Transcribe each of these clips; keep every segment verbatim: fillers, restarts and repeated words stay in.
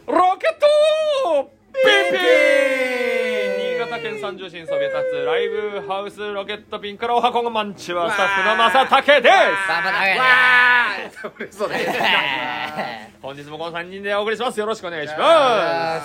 ロケットピンピン。新潟県三条市にそびえ立つライブハウスロケットピンからおはこんマンチはスタッフの正竹です。 ババだよーそうです本日もこのさんにんでお送りします。よろしくお願いします。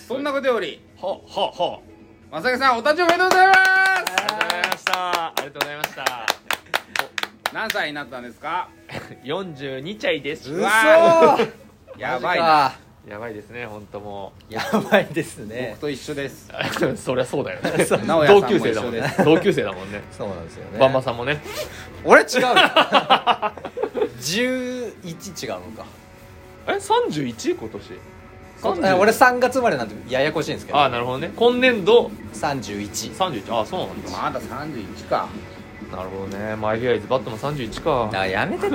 そんなことよりはははまさきさんお誕生日おめでとうございます。 ありがとうございました。ありがとうございました。 何歳になったんですか？ よんじゅうにちゃいです。 嘘やばいな。 やばいですね、本当もうやばいですね。 僕と一緒です。 そりゃそうだよね。 直哉さんも同級生だもんね。同級生だもんね。 そうなんですよね。 バンバさんもね。 俺違うじゅういち違うのか。 え、さんじゅういち？今年こえ俺さんがつ生まれなんでややこしいんですけど。 ああ、なるほどね。今年度さんじゅういち。 さんじゅういち。ああ、そうなんです。 まださんじゅういちか。 なるほどね。マイヘアイズバットもさんじゅういちか。 あ、やめてって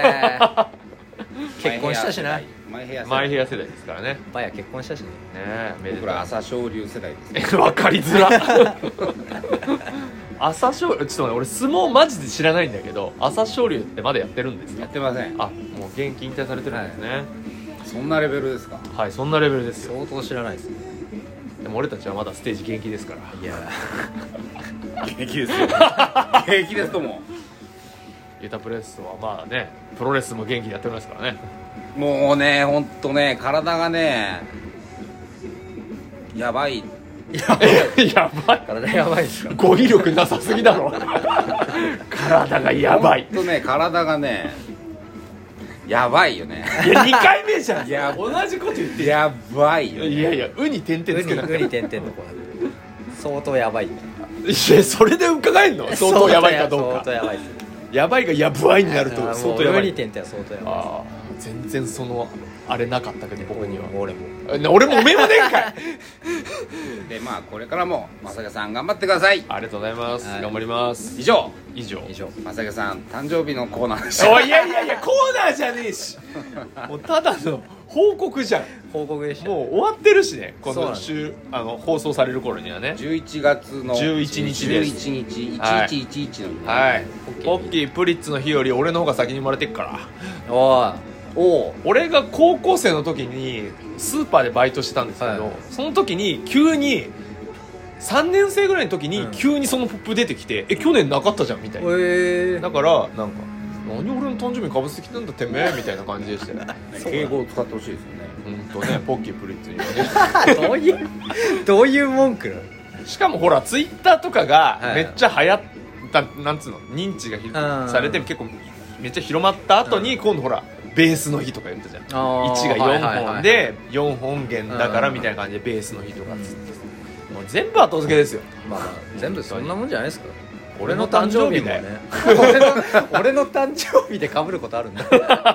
結婚したしな。 マイヘア世代。 マイヘア世代ですからね。 バヤ結婚したしね。 ねえ、めでたい。 僕ら朝青龍世代です。 え、わかりづら。朝青龍、ちょっと待って、俺相撲マジで知らないんだけど、朝青龍ってまだやってるんですか？ やってません。 あ、もう現役引退されてるんですね。 そんなレベルですか？ はい、そんなレベルですよ。 相当知らないですね。 でも俺たちはまだステージ現役ですから。 いや現役ですよ。現役ですとも。 ユタプレスはまあね、プロレスも元気にやってますからね。 もうね、ほんとね、体がねやばい。 やばい。 体やばいですか？ 語彙力なさすぎだろ。体がやばい。 ほんとね、体がねやばいよね。 いや、にかいめじゃん。 いや同じこと言ってる。 やばいよね。 いやいや、ウに点々つけなくて。 ウニ点々の子相当やばい。 いや、それで伺えんの？相当やばいかどうか。 相当やばいです。 やばいがやばいになると相当やばい。 ウニ点々は相当やばい。 ああ、全然そのあれなかったけど僕には。 俺も俺もおめえもねんかい。 で、まあこれからもまさかさん頑張ってください。 ありがとうございます。 はい頑張ります。 以上以上。 以上。 まさかさん誕生日のコーナーでした。 おい、いやいやいや、コーナーじゃねえし。もうただの報告じゃん。 報告でした。 もう終わってるしね。こそうなんですの週あの放送される頃にはね。 じゅういちがつのじゅういちにちです。 じゅういちにち、 はいいちいちいちいちの日ね。 はい。ポッキープリッツの日より俺の方が先に生まれてっから。 おい。 おう俺が高校生の時にスーパーでバイトしてたんですけど、 はいその時に急にさんねん生ぐらいの時にうん急にそのポップ出てきて、え、去年なかったじゃんみたいな。 えだからなんか何俺の誕生日にかぶせてきたんだてめえみたいな感じでしたよ。 敬語を使ってほしいですよね。 ほんとね、ポッキープリッツにはね。 どういうどういう文句なの？ しかもほらツイッターとかがはいめっちゃ流行った、なんつうの、認知がひんされて結構めっちゃ広まった後に今度ほらベースの日とか言ったじゃん。 あーいちがよんほんはいはいはいでよんほん弦だからみたいな感じでベースの日とかっつってもう全部後付けですよ。 まあまあ全部そんなもんじゃないですか。 俺の誕生日だよ。 俺の俺の誕生日で被ることあるんだ。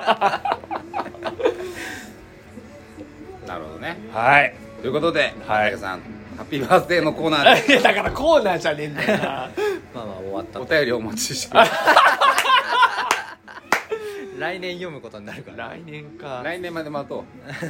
なるほどね。 はい。 ということで、 はいまさかさんハッピーバースデーのコーナーでいやだからコーナーじゃねえんだよな。 まあまあ終わったお。便りをお待ちしてます。 来年読むことになるから。 来年か。 来年まで待とう。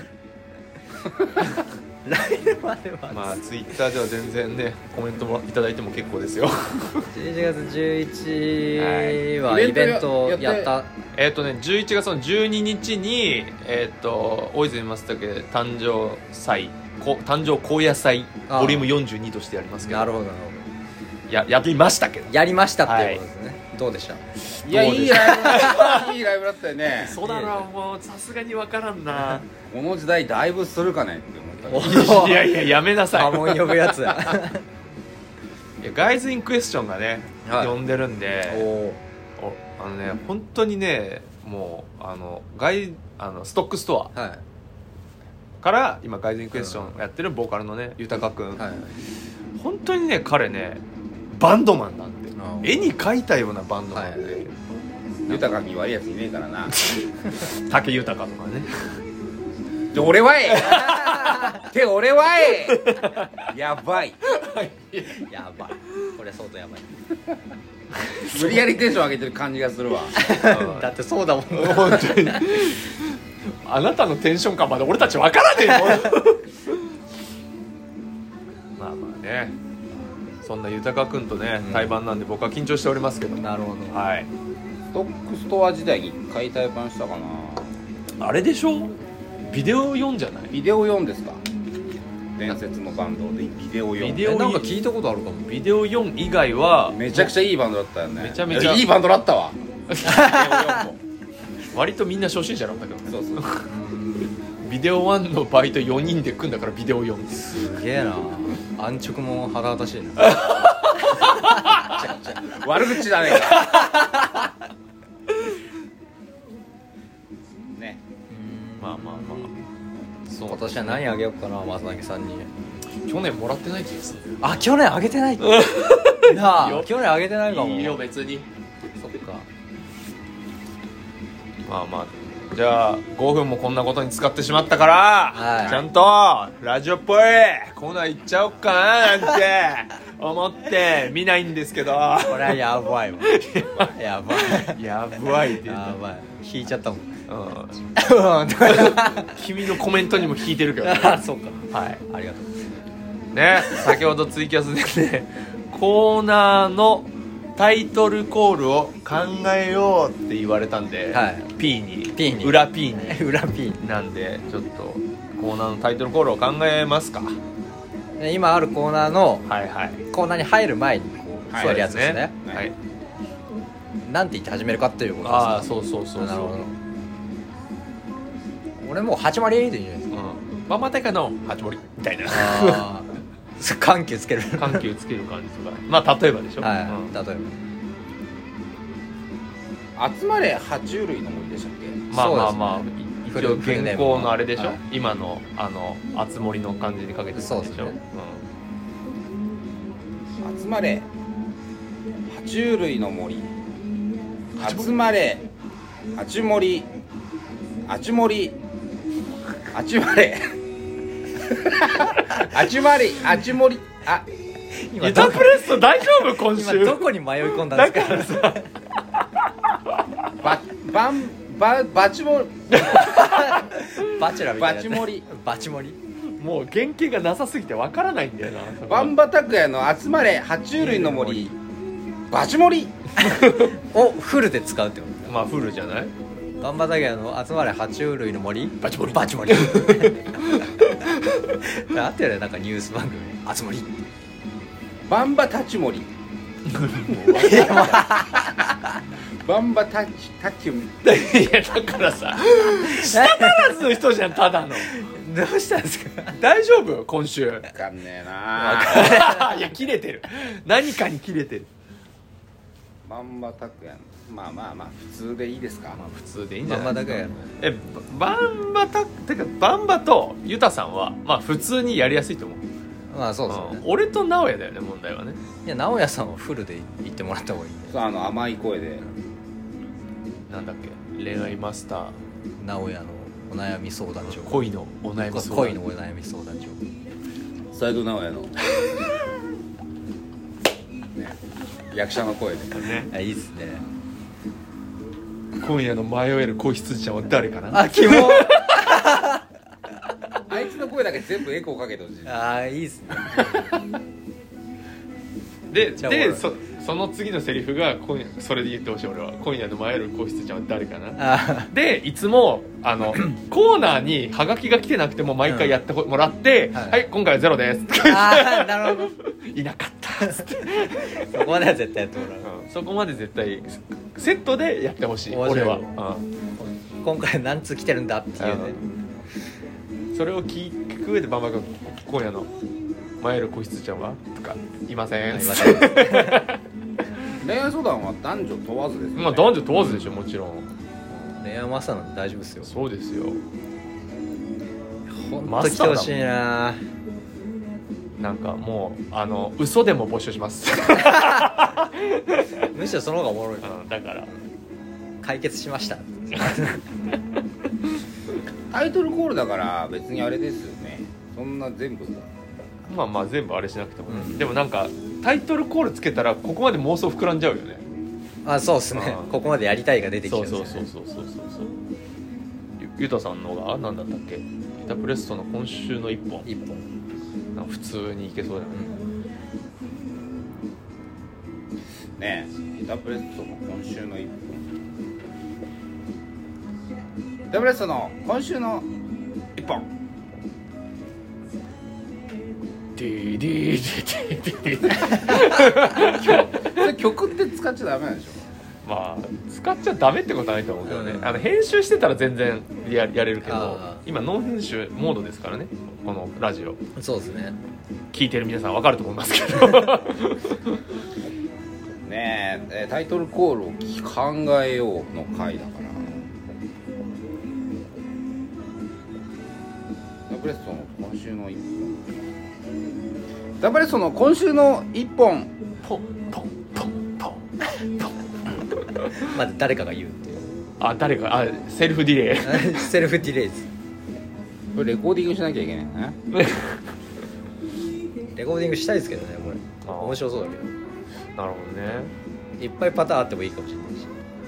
来年までは。 まあツイッターでは全然ねコメントもいただいても結構ですよ。 じゅういちがつじゅういちははいイベントやった。 えっとねじゅういちがつのじゅうににちにえっと大泉正武誕生祭こ誕生高野祭ああボリュームよんじゅうにとしてやりますけど、 なるほどなるほややりましたけど。 ど。やりましたっていうことですね。どうでした？ いや、 どうでしいいライブいいライブだったよね。 そうだな、もうさすがに分からんな。 この時代だいぶするかねって思った。 おいやいややめなさい。 波紋呼ぶやつ。 いやガイズインクエスチョンがね、 はい呼んでるんで、 おおあのね本当にねもうあのガイあのストックストアはいから今ガイズインクエスチョンやってるボーカルのね豊くん、 はい。 本当にね彼ねバンドマンなんであ絵に描いたようなバンドマンで、 はい豊かに悪いやついねえからな。 竹豊とかね。 で俺はいて俺はいやばい。 やばい。これ相当やばい。 無理やりテンション上げてる感じがするわ。 だってそうだもん。 本当にあなたのテンション感まで俺たち分からねえよ。まあまあね、そんな豊くんとね対バンなんで僕は緊張しておりますけど、 なるほど。 はいストックストア時代に一回対バンしたかな。 あれでしょビデオよんじゃない？ ビデオよんですか。伝説のバンドでビデオよん。 ビデオえなんか聞いたことあるかも。 ビデオよん以外はめちゃくちゃいいバンドだったよね。 めちゃめちゃいいバンドだったわ。ビデオよんも割とみんな初心者なんだけどね。 そうそうビデオワンのバイトよにんで組んだからビデオよんです。 すげえな。安直も肌々しいな。 悪口だねね。 まあまあまあそう今年は何あげようかな、正竹さんに。 去年もらってない気がする。 あ、去年あげてないなあ、去年あげてないかも。 いいよ別に。 そっか。 まあまあじゃあごふんもこんなことに使ってしまったから、 はいちゃんとラジオっぽいコーナー行っちゃおっかななんて思って見ないんですけどこれはやばいわ。やばい。 やばいって言うやばい。引いちゃったもん。 うん君のコメントにも引いてるけどね。 あ、そうか。 はいありがとう。 ね、先ほどツイキャスでねコーナーのタイトルコールを考えようって言われたんで、 はい、 P に P に裏 P に裏 P なんでちょっとコーナーのタイトルコールを考えますか。 今あるコーナーのはいはいコーナーに入る前にこうはいやるやつですね。 はい、 なんて言って始めるかっていうことですね。 ああそうそうそうそう。 なるほど。俺もう始まりでいいんじゃないですか。 うんママタカの始まりみたいなあ緩急つける。 緩急つける感じとかまあ例えばでしょ。 はい、 うん、 例え集まれ爬虫類の森でしたっけ。 まあまあまあ、 そうですね一応原稿のあれでしょ、 はい、 今のあのあつ森の感じにかけてるんでしょ。 そうですね、 うん、集まれ爬虫類の森、集まれあちもりあちもりあちまれあちまりあちもりあうん、ユタプレスト大丈夫今週今どこに迷い込んだんですか。 だからさばばんばバチモバチェラーみたいなバチモリバチモリもう原型がなさすぎてわからないんだよな。 バンバ拓也の集まれ爬虫類の森バチモリをフルで使うってことですか。 まあフルじゃない。 バンバタギャの集まれ爬虫類の森バチモリバチモリあってるなんかニュース番組あつ森バンバタチモリバンバタチタチモリいやだからさ舌足らずの人じゃんただの。 どうしたんですか。 大丈夫今週。 わかんねえないや切れてる何かに切れてる。 バンバ拓也まあまあまあ普通でいいですか。 まあ普通でいいんじゃないですか。 バンバタギャえバンバタてかバンバとユタさんはまあ普通にやりやすいと思う。 まあそうですよね、 うん、俺と直哉だよね問題はね。 いや直哉さんはフルで言ってもらった方がいいんで。 そうあの甘い声でなんだっけ恋愛マスター直哉のお悩み相談所恋のお悩み相談恋のお悩み相談所斉藤直哉の、ね、役者の声でね。 あいいっすね。 今夜の迷える子羊ちゃんは誰かな。 あキモあいつの声だけ全部エコーかけてほしい。 あいいっすね。 でじゃあ俺でそその次のセリフが今夜それで言ってほしい俺は。今夜の迷える子羊ちゃんは誰かな。 あでいつもあのコーナーにハガキが来てなくても毎回やってもらって、 うんはいはい今回はゼロですあなるほど。 いなかったっつってそこまでは絶対やってもらう。 うんそこまで絶対セットでやってほしい面白い俺は、 今回何通来てるんだっていうね。 うん、それを聞く上でバンバが今夜の迷える子羊ちゃんはとかいませんすいません恋愛相談は男女問わずですよね。 まあ男女問わずでしょもちろん。 恋愛マスターなんて大丈夫ですよ。 そうですよ。 ほんと来てほしいな。 なんかもうあの嘘でも募集しますむしろその方がおもろい。 うん、だから解決しましたタイトルコールだから別にあれですよね。そんな全部まあまあ全部あれしなくても、ねうんでもなんかタイトルコールつけたらここまで妄想膨らんじゃうよね。 あそうですねうんここまでやりたいが出てきそうてるんですよね。 そうそうそうそうそうそうゆゆたさんのが何だったっけ。ユタプレストの今週の一本一本、 なんか普通にいけそうだよね、 ねえ。ダブレットの今週の一本。ダブレットの今週の一本ディディディディディディそれ曲って使っちゃダメなんでしょ。 まあ使っちゃダメってことはないと思うけどね、 うん、 あの編集してたら全然 や, やれるけどあ今ノン編集モードですからねこのラジオそうですね。 聞いてる皆さん分かると思いますけどねえタイトルコールを考えようの回だからダブレストの今週の一本ダブレストの今週の一本ポンポンポンポンポンまだ誰かが言うっていうあ誰かあセルフディレイセルフディレイズ。 これレコーディングしなきゃいけないんだね。 レコーディングしたいですけどねこれ。 あ面白そうだけどなるほどねいっぱいパターンあってもいいかもしれないし。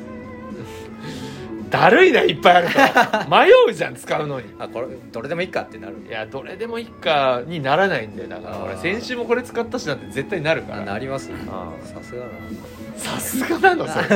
だるいないっぱいあるから迷うじゃん使うのにあこれどれでもいいかってなる。 いやどれでもいいかにならないんだよだからあー俺先週もこれ使ったしなんて絶対なるかあらなりますあさすがだな。 さすがなのそれダ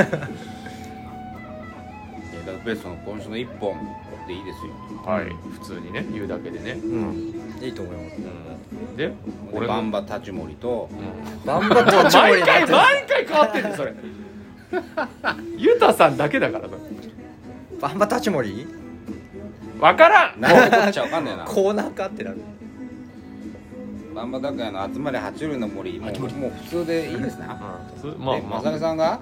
ブレストの今週の一本でいいですよ。 はい普通にね言うだけでねうんいいと思います。 うんで俺バンバタチモリとバンバタッチモリ毎回になって毎回変わってんねんそれユタさんだけだからそれバンバタッチモリ分からん何のこっちゃわかんねえな。 コーナーかってなる。 バンバ拓也の集まれ爬虫類の森もうもう普通でいいですな。 うんまあでままあさみさんが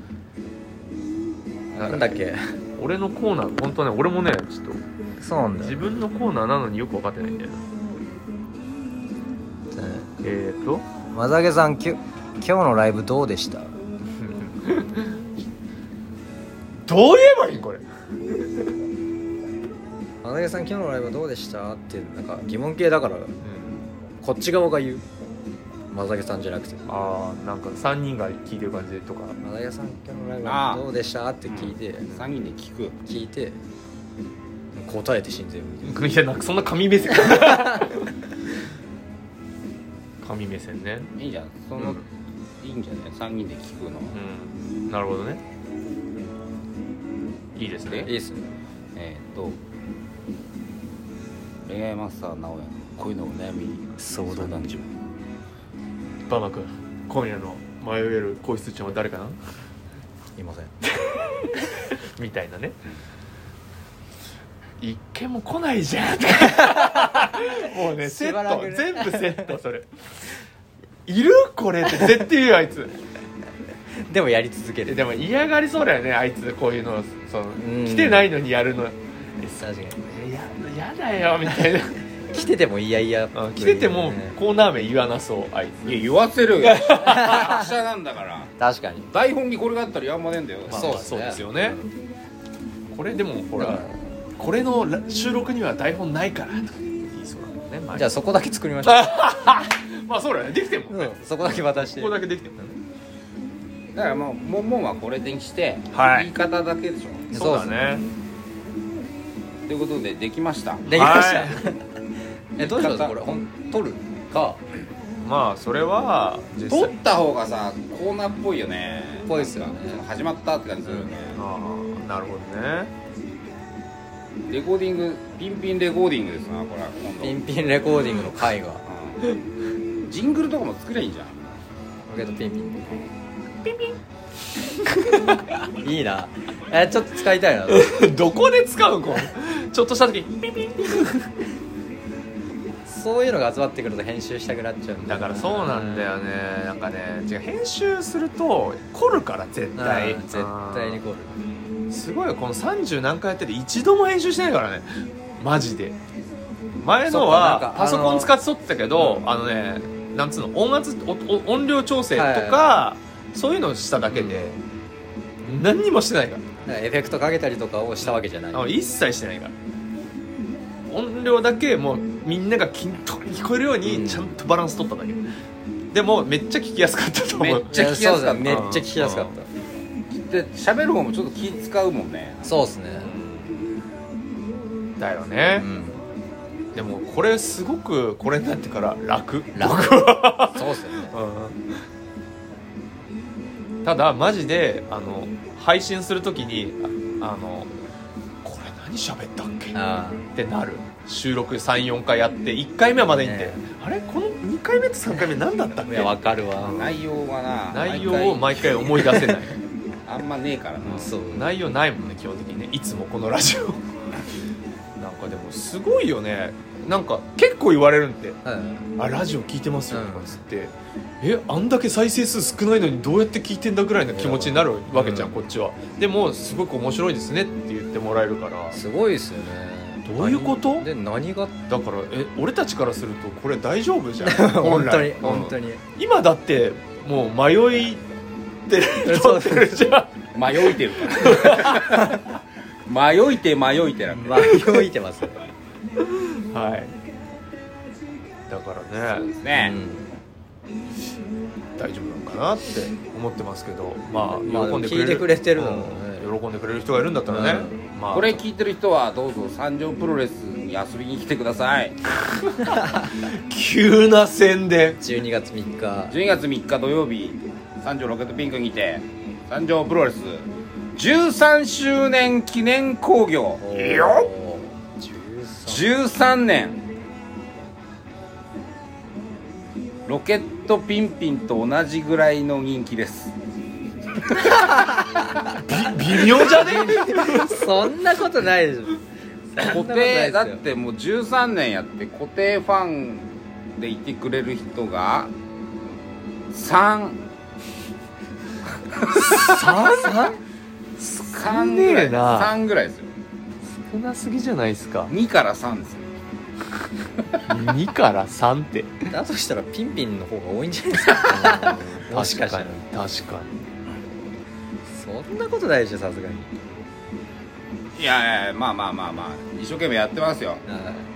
なんだっけ。 俺のコーナー本当ね俺もねちょっとそうなん自分のコーナーなのによく分かってないんだよなえーとマザゲさんきゅ今日のライブどうでした。 どう言えばいいこれマザゲさん今日のライブどうでしたってなんか疑問系だからこっち側が言う。マザゲさんじゃなくてああなんかさんにんが聞いてる感じとかマザゲさん今日のライブああどうでしたって聞いてさんにんで聞く。 聞いて答えて信ぜるみたいいやなんかそんな神目線神目線ねいいじゃんその、 うんいいんじゃないさんにんで聞くのは。 うんなるほどねいいですねな。いいっすね。 えーっと恋愛マスター直哉の恋のお悩み相談所。 ババ君今夜の迷える子羊ちゃんは誰かないません。 みたいなね一件も来ないじゃんもうねセットしばらくね全部セットそれいるこれって絶対言うあいつでもやり続ける。 でも嫌がりそうだよねあいつこういうのそのうん来てないのにやるの確かにえややだよみたいな来ててもいやいやうん来ててもコーナー名言わなそうあいついや言わせるよ役者なんだから確かに台本にこれがあったらやんまねえんだよ。 まあそうですねそうですよねこれでもほらだからこれの収録には台本ないからとか言いそうだもんね前じゃあそこだけ作りましょう。 まあそうだねできてるもんねうんそこだけ渡してここだけできてるんだねだからもうもんもんはこれにして、 はい言い方だけでしょ。 そうだねということでできました。 できました。 はいえどうしますこれほん撮るかまあそれは実際撮った方がさコーナーっぽいよね。 ぽいっすよねなんか始まったって感じするよね。 ああなるほどねレコーディングピンピンレコーディングですなこれは今度。 ピンピンレコーディングの回がうんジングルとかも作ればいいんじゃん。 ロケットピンピンピンピンいいなえちょっと使いたいなどこで使うこうちょっとした時にピンピンそういうのが集まってくると編集したくなっちゃうんだからそうなんだよねなんかね違う編集すると凝るから絶対うん絶対にこうんすごいよこのさんじゅう何回やってて一度も編集してないからねマジで前のそっかなんはかパソコン使って撮ってたけどあのねなんつうの音圧おお音量調整とかそういうのをしただけで何にもしてないからうエフェクトかけたりとかをしたわけじゃないあ一切してないから音量だけもうみんなが均等に聞こえるようにちゃんとバランス取っただけ、でもめっちゃ聞きやすかったと思うめっちゃ聞きやすかった。 めっちゃ聞きやすかったで喋る方もちょっと気使うもんね。 そうっすねだよねう、んでもこれすごくこれになってから楽楽僕はそうっすよねうんただマジであの配信するときにああのこれ何喋ったっけっあてなる収録 さん,よん 回やっていっかいめはまだいいんで、 ねあれこのにかいめとさんかいめ何だったっけ。 いやわかるわ。 内容はな内容を毎回思い出せないあんまねえからな。 そう内容ないもんね基本的にね、いつもこのラジオなんかでもすごいよね。なんか結構言われるんで、 うんあラジオ聞いてますよとかつって、えあんだけ再生数少ないのにどうやって聞いてんだぐらいの気持ちになるわけじゃん、 うんこっちは。でもすごく面白いですねって言ってもらえるからすごいですよね。 どういうことで何がだからえ俺たちからするとこれ大丈夫じゃん本当に本来本当に、 今だってもう迷いてるそう撮ってるじゃん迷いてるから迷いて迷いてなんで迷いてますね。 はいだからねね、 大丈夫なのかなって思ってますけど、まあまあ喜んでくれる、 聞いてくれてるのもねうん喜んでくれる人がいるんだったらね、 うまあこれ聞いてる人はどうぞ三条プロレスに遊びに来てください。 急な宣伝。 じゅうにがつみっかじゅうにがつみっか土曜日、三条ロケットピンクにて三条プロレスじゅうさんしゅうねん記念興行いいよじゅうさんねん、ロケットピンピンと同じぐらいの人気です。 び微妙じゃねそんなことないでしょ。 固定だってもうじゅうさんねんやって固定ファンでいてくれる人がさんさんさんぐらい少ねえなさんぐらいですよ。 少なすぎじゃないですか。 にからさんですよ。 にからさんってだとしたらピンピンの方が多いんじゃないですか。もしかしたら確かそんなことないでしょさすがに。 いやいやまあまあまあまあ一生懸命やってますよ。 はい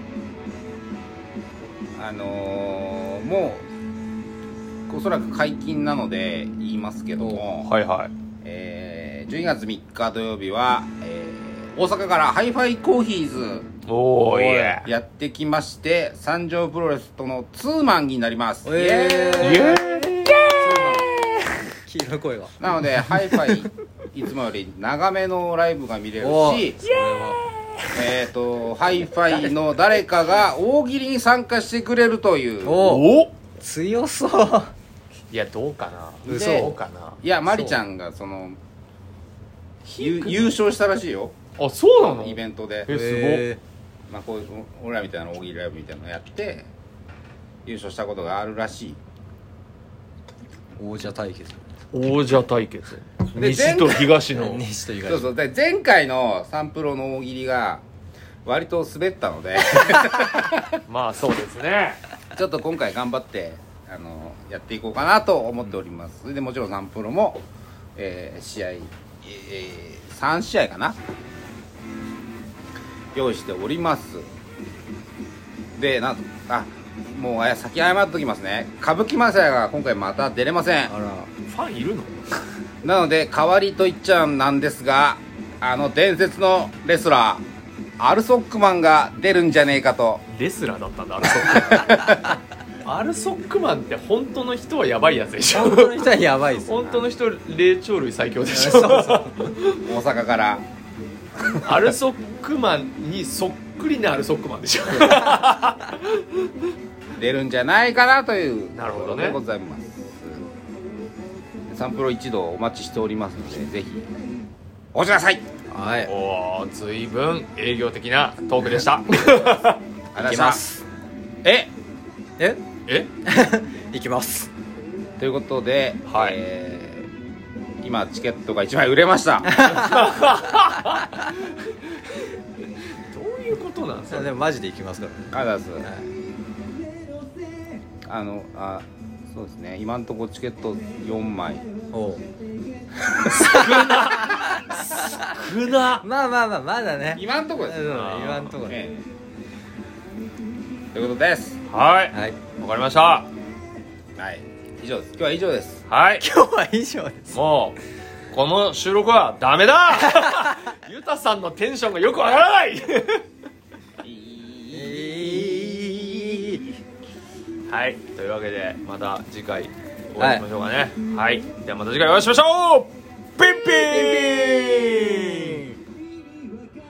あのー、もうおそらく解禁なので言いますけども、 にはいはいえー、じゅうにがつみっか土曜日は、えー、大阪からハイファイコーヒーズおーいえやってきまして三条プロレスとのツーマンになります。 えーイエーイ黄色い声が。 なのでハイファイいつもより長めのライブが見れるおしそれはえーとハイファイの誰かが大喜利に参加してくれるという。 おお強そういやどうかな嘘どうかないやマリちゃんがそのゆ優勝したらしいよ、 あそうなのイベントで。 えすごっえまあ、こういう俺らみたいな大喜利ライブみたいなのやって優勝したことがあるらしい。 ー王者対決。 王者対決で西と東の西と東。 そうそうで前回のサンプロの大喜利が割と滑ったのでまあそうですねちょっと今回頑張ってあのやっていこうかなと思っております。それでもちろんサンプロも、えー試合、えー、さん試合かな用意しております。でなんとあもうあ先謝っときますね。歌舞伎マサヤが今回また出れません。 あらファンいるのなので代わりと言っちゃなんですが、あの伝説のレスラーアルソックマンが出るんじゃねえかと。 レスラーだったんだアルソックアルソックマンって本当の人はやばいやつでしょ本当の人はやばいっすよ本当の人霊長類最強でしょそうそう大阪からアルソックマンにそっくりなアルソックマンでしょ出るんじゃないかなというなるほどねでございます。サンプロ一同お待ちしておりますのでぜひお越しください。 はいおお随分営業的なトークでしたありがとうござい行きますえええ行きますということで、 はいえー今チケットがいちまい売れましたどういうことなんですかでもマジで行きますからねありがとうございます。あのあそうですね今のところチケットよんまい。 おう少なまあまあまあまだね今のところですうんよ、 今んとこねええということです。 はいはいわかりましたはい以上です。今日は以上です。 はい今日は以上ですもうこの収録はダメだユタさんのテンションがよくわからないはいというわけでまた次回お会いしましょうかねはい、ではまた次回お会いしましょうピンピン